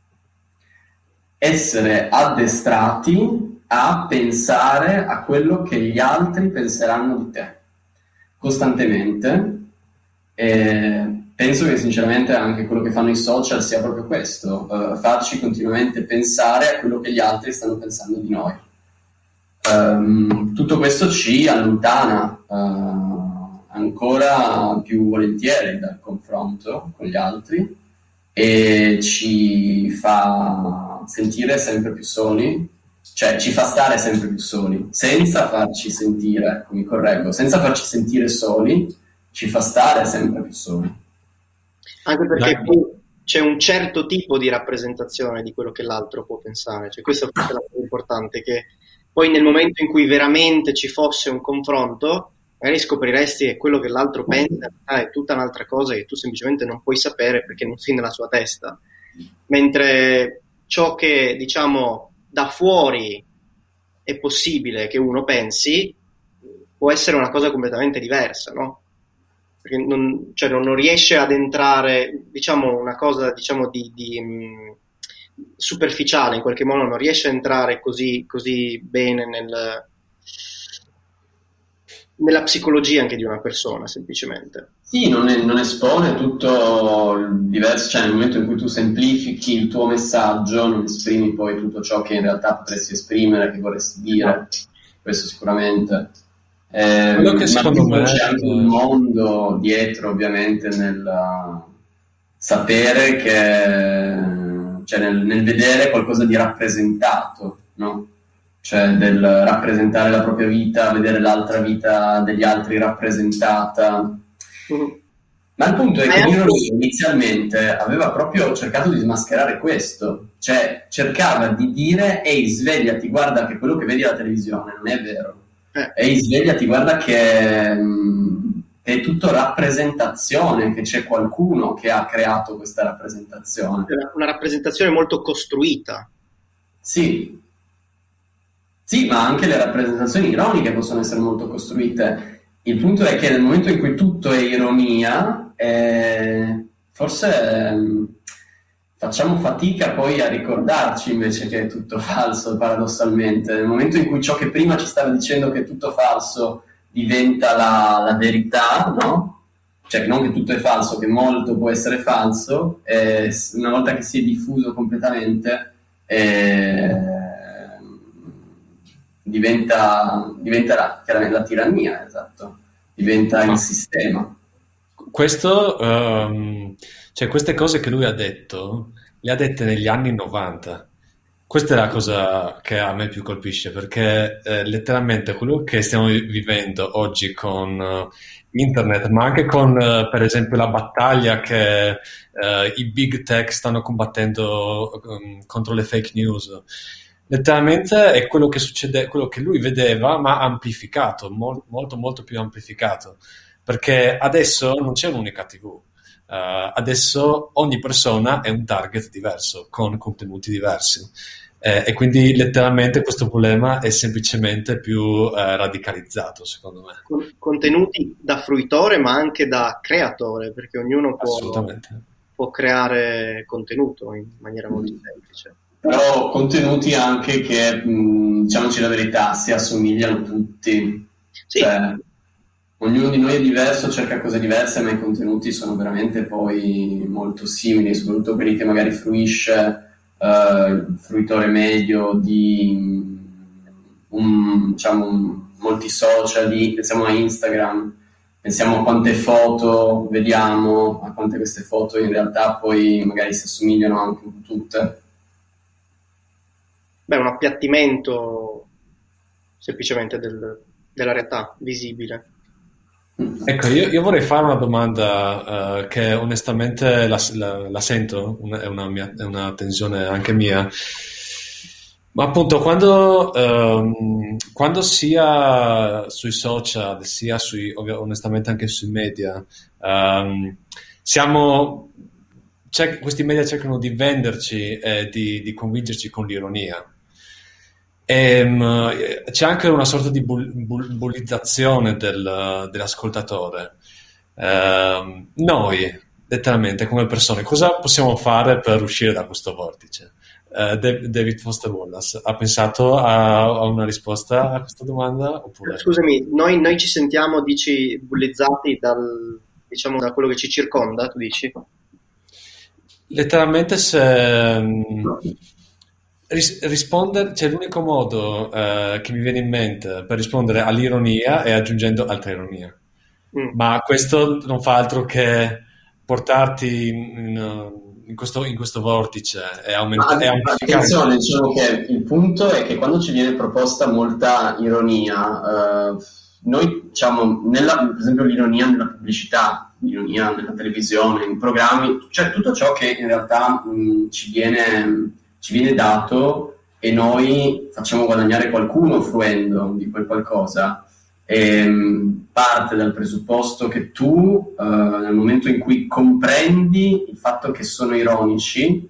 essere addestrati a pensare a quello che gli altri penseranno di te costantemente, e penso che sinceramente anche quello che fanno i social sia proprio questo, uh, farci continuamente pensare a quello che gli altri stanno pensando di noi. Um, tutto questo ci allontana uh, ancora più volentieri dal confronto con gli altri e ci fa sentire sempre più soli, cioè ci fa stare sempre più soli, senza farci sentire, ecco, mi correggo, senza farci sentire soli, ci fa stare sempre più soli. Anche perché poi c'è un certo tipo di rappresentazione di quello che l'altro può pensare, cioè questa è la cosa importante, che poi nel momento in cui veramente ci fosse un confronto, magari scopriresti che quello che l'altro pensa è tutta un'altra cosa che tu semplicemente non puoi sapere perché non sei nella sua testa, mentre ciò che, diciamo, da fuori è possibile che uno pensi può essere una cosa completamente diversa, no? Perché non, cioè non, non riesce ad entrare, diciamo, una cosa, diciamo, di, di mh, superficiale, in qualche modo non riesce a entrare così, così bene nel, nella psicologia anche di una persona, semplicemente. Sì, non, è, non espone tutto il diverso, cioè nel momento in cui tu semplifichi il tuo messaggio non esprimi poi tutto ciò che in realtà potresti esprimere, che vorresti dire, questo sicuramente. Eh, Quello che secondo me c'è anche un mondo dietro, ovviamente, nel sapere che, cioè nel, nel vedere qualcosa di rappresentato, no? Cioè del rappresentare la propria vita, vedere l'altra vita degli altri rappresentata. Mm. Ma il punto è che Nero inizialmente aveva proprio cercato di smascherare questo, cioè cercava di dire: ehi, svegliati, guarda che quello che vedi alla televisione non è vero. Eh. Ehi, svegliati, guarda che, mh, che è tutto rappresentazione, che c'è qualcuno che ha creato questa rappresentazione. Una rappresentazione molto costruita. Sì. Sì, ma anche le rappresentazioni ironiche possono essere molto costruite. Il punto è che nel momento in cui tutto è ironia, eh, forse, facciamo fatica poi a ricordarci invece che è tutto falso, paradossalmente. Nel momento in cui ciò che prima ci stava dicendo che è tutto falso diventa la, la verità, no? Cioè non che tutto è falso, che molto può essere falso, e una volta che si è diffuso completamente eh, diventa, diventa la, chiaramente la tirannia, esatto, diventa il sistema. Questo, um, cioè queste cose che lui ha detto, le ha dette negli anni novanta. Questa è la cosa che a me più colpisce, perché eh, letteralmente quello che stiamo vi- vivendo oggi con eh, internet, ma anche con, eh, per esempio, la battaglia che eh, i big tech stanno combattendo um, contro le fake news, letteralmente è quello che succede, quello che lui vedeva, ma amplificato, mol- molto, molto più amplificato, perché adesso non c'è un'unica T V. Uh, adesso ogni persona è un target diverso, con contenuti diversi. Eh, e quindi letteralmente questo problema è semplicemente più eh, radicalizzato, secondo me. Con- contenuti da fruitore, ma anche da creatore, perché ognuno può, Assolutamente. può creare contenuto in maniera molto semplice. Però contenuti anche che, mh, diciamoci la verità, si assomigliano tutti. Sì. Cioè, ognuno di noi è diverso, cerca cose diverse, ma i contenuti sono veramente poi molto simili, soprattutto quelli che magari fruisce uh, il fruitore medio di un, diciamo, un, molti social, di, pensiamo a Instagram, pensiamo a quante foto vediamo, a quante queste foto in realtà poi magari si assomigliano anche un po' tutte. Beh, un appiattimento semplicemente del, della realtà visibile. Ecco, io, io vorrei fare una domanda uh, che onestamente la, la, la sento, una, è, una mia, è una tensione anche mia, ma appunto quando, um, quando sia sui social, sia sui, ovvio, onestamente anche sui media, um, siamo, cioè, questi media cercano di venderci e di, di convincerci con l'ironia. E, um, c'è anche una sorta di bull- bull- bullizzazione del, dell'ascoltatore. Ehm, noi, letteralmente, come persone, cosa possiamo fare per uscire da questo vortice? Eh, Dav- David Foster Wallace ha pensato a, a una risposta a questa domanda? Oppure... Scusami, noi, noi ci sentiamo, dici, bullizzati dal, diciamo, da quello che ci circonda, tu dici? Letteralmente se um, ris- rispondere, c'è l'unico modo eh, che mi viene in mente per rispondere all'ironia è aggiungendo altra ironia. Mm. Ma questo non fa altro che portarti in, in questo, in questo vortice e, aumenta- e Ma amplificare. attenzione, diciamo che il punto è che quando ci viene proposta molta ironia, eh, noi diciamo, nella, per esempio l'ironia nella pubblicità, l'ironia nella televisione, in programmi, cioè tutto ciò che in realtà mh, ci viene, ci viene dato e noi facciamo guadagnare qualcuno fruendo di quel qualcosa. Ehm, parte dal presupposto che tu eh, nel momento in cui comprendi il fatto che sono ironici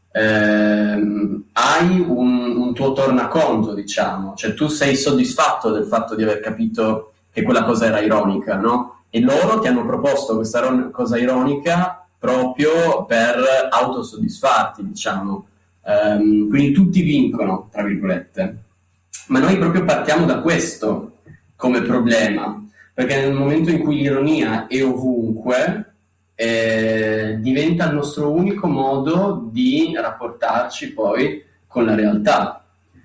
ehm, hai un, un tuo tornaconto, diciamo, cioè tu sei soddisfatto del fatto di aver capito che quella cosa era ironica, no? E loro ti hanno proposto questa ron- cosa ironica proprio per autosoddisfarti, diciamo. Ehm, quindi tutti vincono, tra virgolette, ma noi proprio partiamo da questo come problema, perché nel momento in cui l'ironia è ovunque eh, diventa il nostro unico modo di rapportarci poi con la realtà.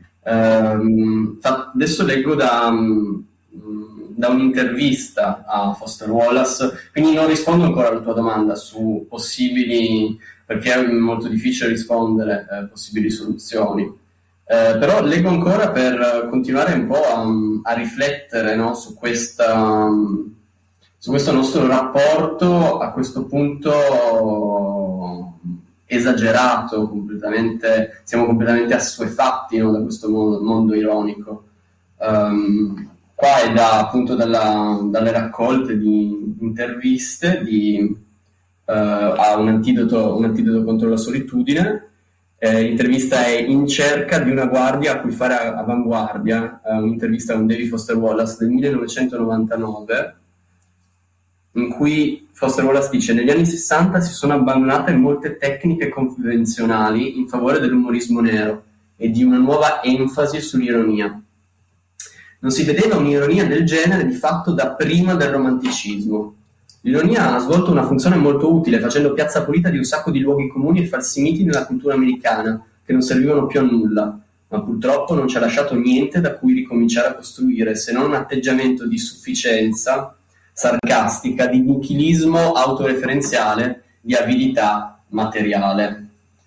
Um, adesso leggo da, um, da un'intervista a Foster Wallace, quindi non rispondo ancora alla tua domanda su possibili, perché è molto difficile rispondere, eh, possibili soluzioni. Eh, però leggo ancora per continuare un po' a, a riflettere, no, su, questa, su questo nostro rapporto a questo punto esagerato, completamente, siamo completamente assuefatti, no, da questo mondo, mondo ironico. Um, qua è da, appunto dalla, dalle raccolte di interviste di, uh, a un antidoto, un antidoto contro la solitudine. Eh, l'intervista è In cerca di una guardia a cui fare avanguardia, eh, un'intervista con David Foster Wallace del millenovecentonovantanove, in cui Foster Wallace dice: negli anni sessanta si sono abbandonate molte tecniche convenzionali in favore dell'umorismo nero e di una nuova enfasi sull'ironia. Non si vedeva un'ironia del genere di fatto da prima del romanticismo. L'ironia ha svolto una funzione molto utile, facendo piazza pulita di un sacco di luoghi comuni e falsi miti nella cultura americana, che non servivano più a nulla, ma purtroppo non ci ha lasciato niente da cui ricominciare a costruire, se non un atteggiamento di sufficienza sarcastica, di nichilismo autoreferenziale, di avidità materiale.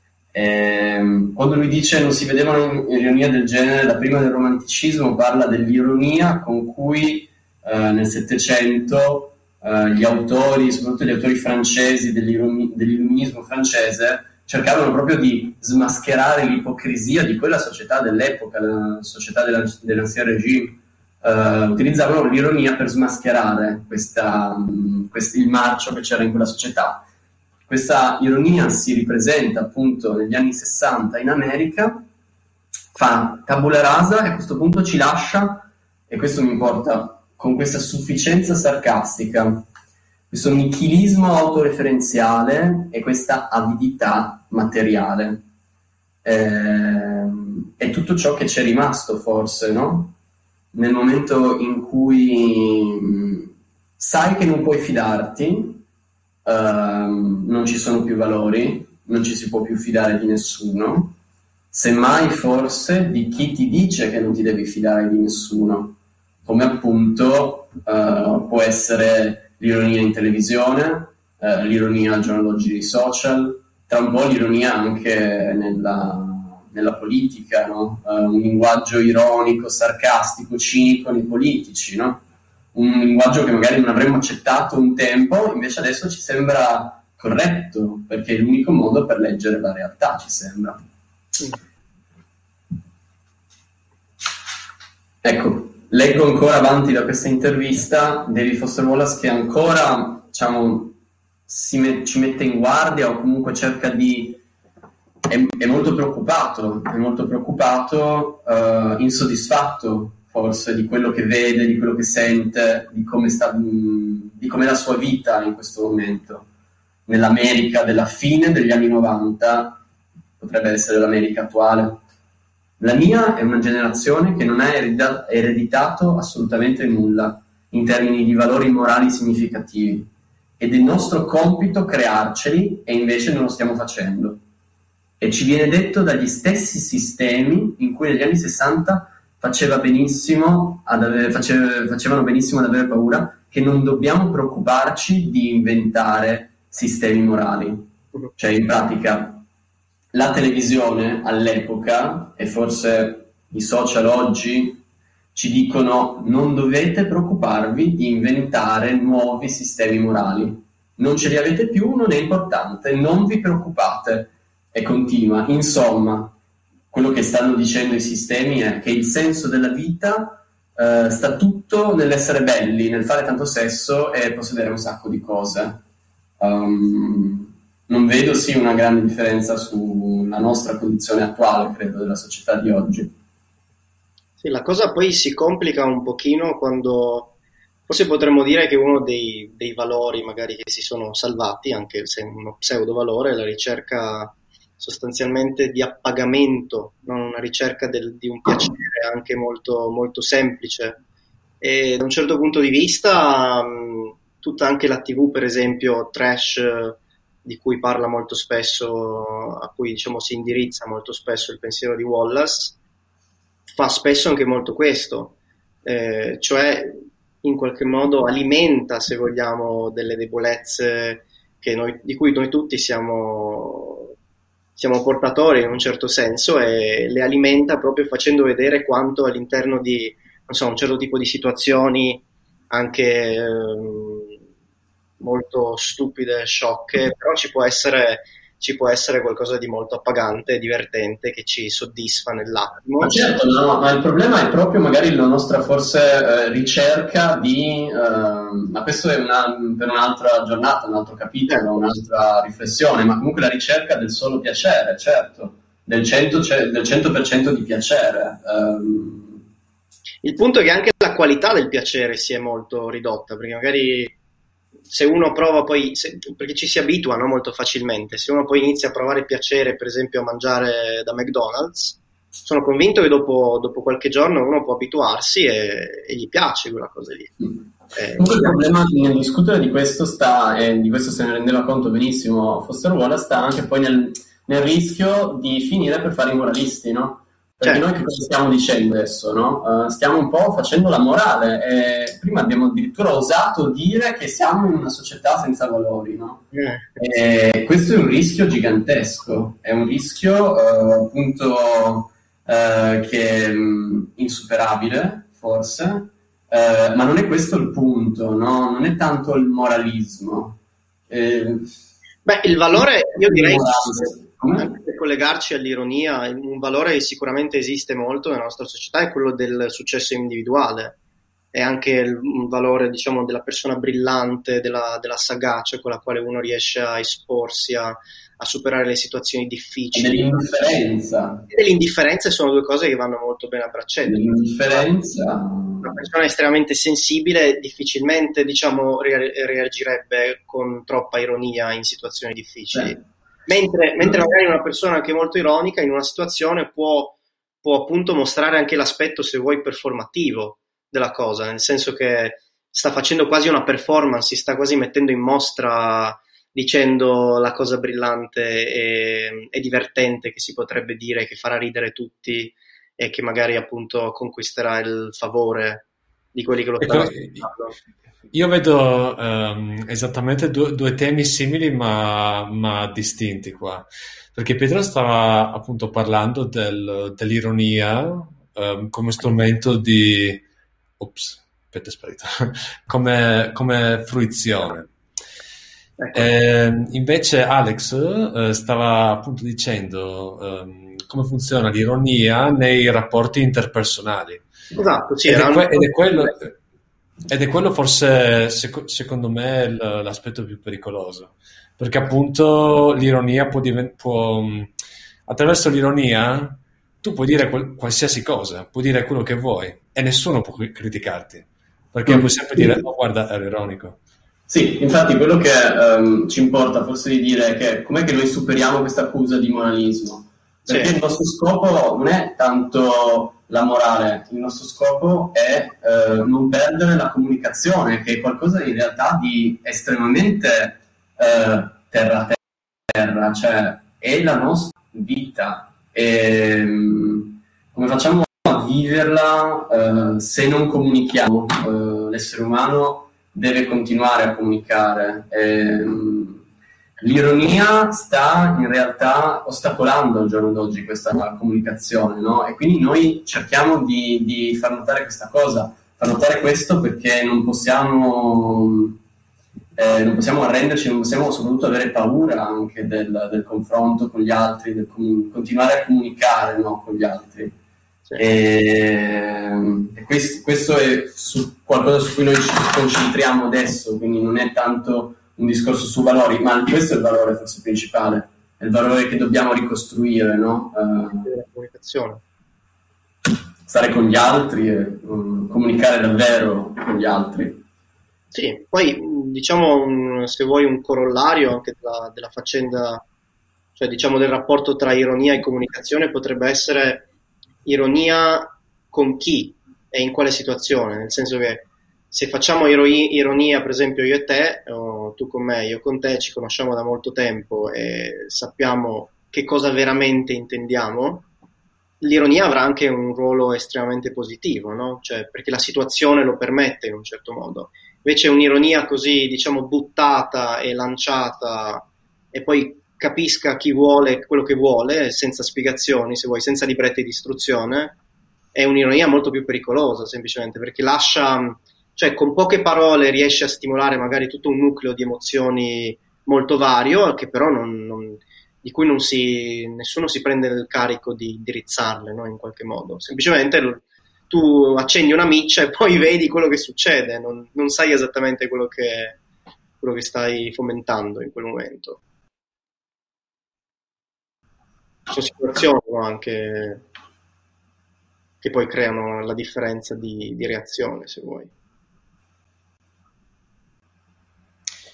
Eh, quando lui dice non si vedevano ironie del genere da prima del romanticismo, parla dell'ironia con cui eh, nel Settecento eh, gli autori, soprattutto gli autori francesi dell'illuminismo francese, cercavano proprio di smascherare l'ipocrisia di quella società dell'epoca, la società della, dell'ancien regime. Uh, utilizzavano l'ironia per smascherare questa, um, quest- il marcio che c'era in quella società. Questa ironia si ripresenta appunto negli anni sessanta in America, fa tabula rasa e a questo punto ci lascia, e questo mi importa, con questa sufficienza sarcastica, questo nichilismo autoreferenziale e questa avidità materiale. Eh, è tutto ciò che c'è rimasto, forse, no? Nel momento in cui mh, sai che non puoi fidarti, uh, non ci sono più valori, non ci si può più fidare di nessuno, semmai forse di chi ti dice che non ti devi fidare di nessuno, come appunto uh, può essere l'ironia in televisione, uh, l'ironia al giorno d'oggi dei social, tra un po' l'ironia anche nella... nella politica, no? Uh, un linguaggio ironico, sarcastico, cinico nei politici, no? Un linguaggio che magari non avremmo accettato un tempo, invece adesso ci sembra corretto, perché è l'unico modo per leggere la realtà, ci sembra. Mm. Ecco, leggo ancora avanti da questa intervista David Foster Wallace, che ancora, diciamo, si met- ci mette in guardia, o comunque cerca di È, è molto preoccupato, è molto preoccupato, uh, insoddisfatto forse di quello che vede, di quello che sente, di come sta, di com'è la sua vita in questo momento. Nell'America della fine degli anni novanta, potrebbe essere l'America attuale. La mia è una generazione che non ha ereditato assolutamente nulla in termini di valori morali significativi, ed è il nostro compito crearceli, e invece non lo stiamo facendo. E ci viene detto dagli stessi sistemi in cui negli anni sessanta faceva benissimo ad avere, faceva, facevano benissimo ad avere paura, che non dobbiamo preoccuparci di inventare sistemi morali. Cioè, in pratica, la televisione all'epoca, e forse i social oggi, ci dicono: non dovete preoccuparvi di inventare nuovi sistemi morali. Non ce li avete più, non è importante, non vi preoccupate. E continua, insomma, quello che stanno dicendo i sistemi è che il senso della vita eh, sta tutto nell'essere belli, nel fare tanto sesso e possedere un sacco di cose. Um, non vedo sì una grande differenza sulla nostra condizione attuale, credo, della società di oggi. Sì, la cosa poi si complica un pochino quando forse potremmo dire che uno dei, dei valori magari che si sono salvati, anche se è uno pseudo valore, è la ricerca sostanzialmente di appagamento, non una ricerca del, di un piacere anche molto, molto semplice. E da un certo punto di vista mh, tutta anche la tivù, per esempio, trash, di cui parla molto spesso, a cui diciamo si indirizza molto spesso il pensiero di Wallace, fa spesso anche molto questo, eh, cioè in qualche modo alimenta, se vogliamo, delle debolezze che noi, di cui noi tutti siamo siamo portatori in un certo senso, e le alimenta proprio facendo vedere quanto all'interno di, non so, un certo tipo di situazioni anche eh, molto stupide, sciocche, però ci può essere ci può essere qualcosa di molto appagante, divertente, che ci soddisfa nell'attimo. Ma certo, no, ma il problema è proprio magari la nostra forse eh, ricerca di, eh, ma questo è una, per un'altra giornata, un altro capitolo, un'altra riflessione, ma comunque la ricerca del solo piacere, certo, del cento, del cento per cento di piacere. Um... Il punto è che anche la qualità del piacere si è molto ridotta, perché magari se uno prova poi, se, perché ci si abitua, no, molto facilmente, se uno poi inizia a provare piacere, per esempio, a mangiare da McDonald's, sono convinto che dopo, dopo qualche giorno uno può abituarsi e, e gli piace quella cosa lì. Eh, il problema nel discutere di questo sta, e di questo se ne rendeva conto benissimo Foster Wallace, sta anche poi nel, nel rischio di finire per fare i moralisti, no? Perché certo. Noi che cosa stiamo dicendo adesso, no? Uh, stiamo un po' facendo la morale. E prima abbiamo addirittura osato dire che siamo in una società senza valori, no? Yeah. E questo è un rischio gigantesco, è un rischio uh, appunto uh, che è um, insuperabile, forse, uh, ma non è questo il punto, no? Non è tanto il moralismo. Eh, Beh, il valore, io direi... Anche per collegarci all'ironia, un valore che sicuramente esiste molto nella nostra società è quello del successo individuale, è anche un valore, diciamo, della persona brillante, della, della sagacia con la quale uno riesce a esporsi, a, a superare le situazioni difficili. E dell'indifferenza. E dell'indifferenza sono due cose che vanno molto bene a braccetto. L'indifferenza. Una persona estremamente sensibile difficilmente, diciamo, reagirebbe con troppa ironia in situazioni difficili. Beh. Mentre, mentre magari una persona che è molto ironica in una situazione può, può appunto mostrare anche l'aspetto, se vuoi, performativo della cosa, nel senso che sta facendo quasi una performance, si sta quasi mettendo in mostra dicendo la cosa brillante e, e divertente che si potrebbe dire, che farà ridere tutti e che magari appunto conquisterà il favore di quelli che lo stanno ascoltando. Io vedo um, esattamente due, due temi simili ma, ma distinti qua, perché Pietro stava appunto parlando del, dell'ironia um, come strumento di ops, aspetta, sparito come, come fruizione. Ecco. E, invece Alex uh, stava appunto dicendo um, come funziona l'ironia nei rapporti interpersonali. Esatto, sì, ed, è que- ed è quello Ed è quello forse, sec- secondo me, l- l'aspetto più pericoloso, perché appunto l'ironia può diventare, può, attraverso l'ironia tu puoi dire qual- qualsiasi cosa, puoi dire quello che vuoi e nessuno può criticarti, perché mm. puoi sempre dire, oh guarda, ero ironico. Sì, infatti quello che um, ci importa forse di dire è che com'è che noi superiamo questa accusa di moralismo, perché sì. Il nostro scopo non è tanto la morale, il nostro scopo è eh, non perdere la comunicazione, che è qualcosa in realtà di estremamente eh, terra-terra, cioè è la nostra vita e come facciamo a viverla eh, se non comunichiamo? Eh, l'essere umano deve continuare a comunicare. E, l'ironia sta in realtà ostacolando al giorno d'oggi questa comunicazione, no? E quindi noi cerchiamo di, di far notare questa cosa, far notare questo perché non possiamo, eh, non possiamo arrenderci, non possiamo soprattutto avere paura anche del, del confronto con gli altri, del comun- continuare a comunicare, no, con gli altri. Sì. E, e questo, questo è su, qualcosa su cui noi ci concentriamo adesso, quindi non è tanto un discorso su valori, ma questo è il valore forse principale, è il valore che dobbiamo ricostruire, no? Uh, la comunicazione. Stare con gli altri e um, comunicare davvero con gli altri. Sì, poi diciamo un, se vuoi un corollario anche della, della faccenda, cioè diciamo del rapporto tra ironia e comunicazione potrebbe essere ironia con chi e in quale situazione, nel senso che se facciamo iroi- ironia, per esempio io e te, o tu con me, io con te, ci conosciamo da molto tempo e sappiamo che cosa veramente intendiamo, l'ironia avrà anche un ruolo estremamente positivo, no? Cioè, perché la situazione lo permette in un certo modo. Invece un'ironia così, diciamo, buttata e lanciata e poi capisca chi vuole quello che vuole, senza spiegazioni, se vuoi, senza libretti di istruzione, è un'ironia molto più pericolosa, semplicemente, perché lascia... Cioè, con poche parole riesce a stimolare magari tutto un nucleo di emozioni molto vario, che però non, non, di cui non si, nessuno si prende il carico di indirizzarle, no, in qualche modo. Semplicemente tu accendi una miccia e poi vedi quello che succede, non, non sai esattamente quello che, quello che stai fomentando in quel momento. Sono situazioni, no, anche che poi creano la differenza di, di reazione, se vuoi.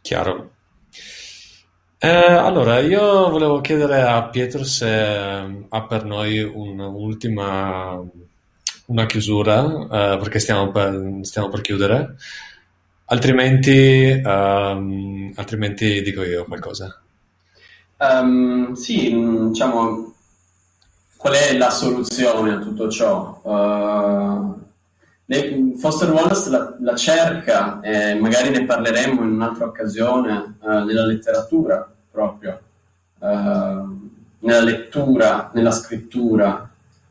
Chiaro. Eh, allora, io volevo chiedere a Pietro se eh, ha per noi un- un'ultima una chiusura, eh, perché stiamo per, stiamo per chiudere. Altrimenti, ehm, altrimenti dico io qualcosa. Ehm, sì, mh, diciamo, qual è la soluzione a tutto ciò? Uh, ne- Foster Wallace la, la cerca, e magari ne parleremo in un'altra occasione, eh, nella letteratura proprio, eh, nella lettura, nella scrittura.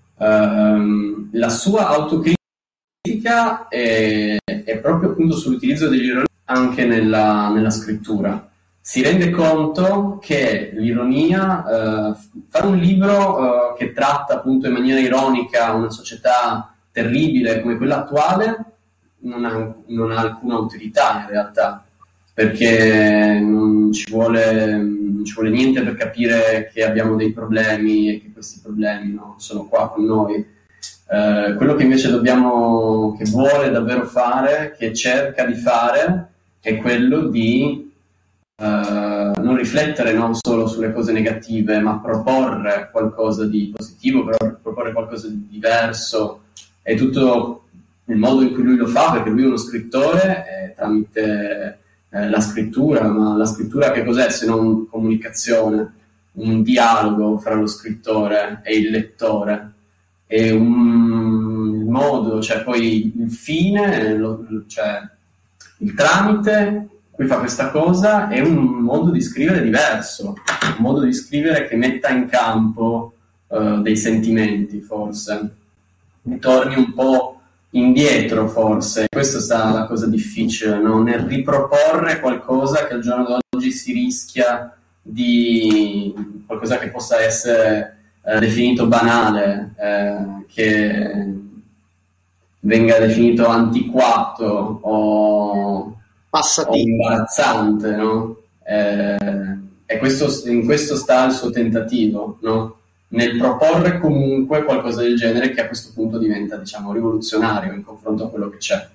Ehm, la sua autocritica è, è proprio appunto sull'utilizzo dell'ironia anche nella, nella scrittura. Si rende conto che l'ironia, eh, fare un libro eh, che tratta appunto in maniera ironica una società terribile come quella attuale non ha, non ha alcuna utilità in realtà, perché non ci vuole, non ci vuole niente per capire che abbiamo dei problemi e che questi problemi, no, sono qua con noi. Eh, quello che invece dobbiamo, che vuole davvero fare, che cerca di fare, è quello di Uh, non riflettere non solo sulle cose negative, ma proporre qualcosa di positivo, proporre qualcosa di diverso. È tutto il modo in cui lui lo fa, perché lui è uno scrittore, è tramite eh, la scrittura, ma la scrittura che cos'è se non comunicazione, un dialogo fra lo scrittore e il lettore, è un modo, cioè poi il fine, lo, cioè il tramite cui fa questa cosa è un modo di scrivere diverso, un modo di scrivere che metta in campo uh, dei sentimenti, forse. Torni un po' indietro, forse. Questa sta la cosa difficile, no? Nel riproporre qualcosa che al giorno d'oggi si rischia di qualcosa che possa essere eh, definito banale, eh, che venga definito antiquato o o imbarazzante, no? Eh, e questo, in questo sta il suo tentativo, no? Nel proporre comunque qualcosa del genere che a questo punto diventa, diciamo, rivoluzionario in confronto a quello che c'è.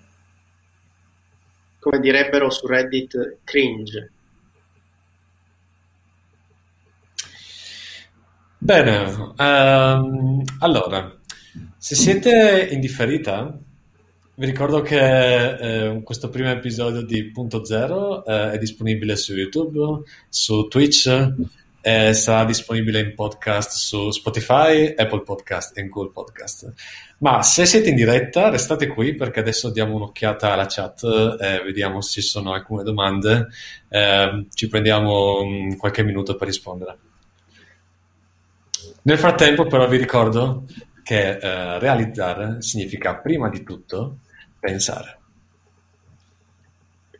Come direbbero su Reddit, cringe. Bene, ehm, allora, se siete in differita, vi ricordo che eh, questo primo episodio di Punto Zero eh, è disponibile su YouTube, su Twitch, e sarà disponibile in podcast su Spotify, Apple Podcast e Google Podcast. Ma se siete in diretta, restate qui perché adesso diamo un'occhiata alla chat e vediamo se ci sono alcune domande. Eh, ci prendiamo mm, qualche minuto per rispondere. Nel frattempo, però, vi ricordo che eh, realizzare significa prima di tutto pensare.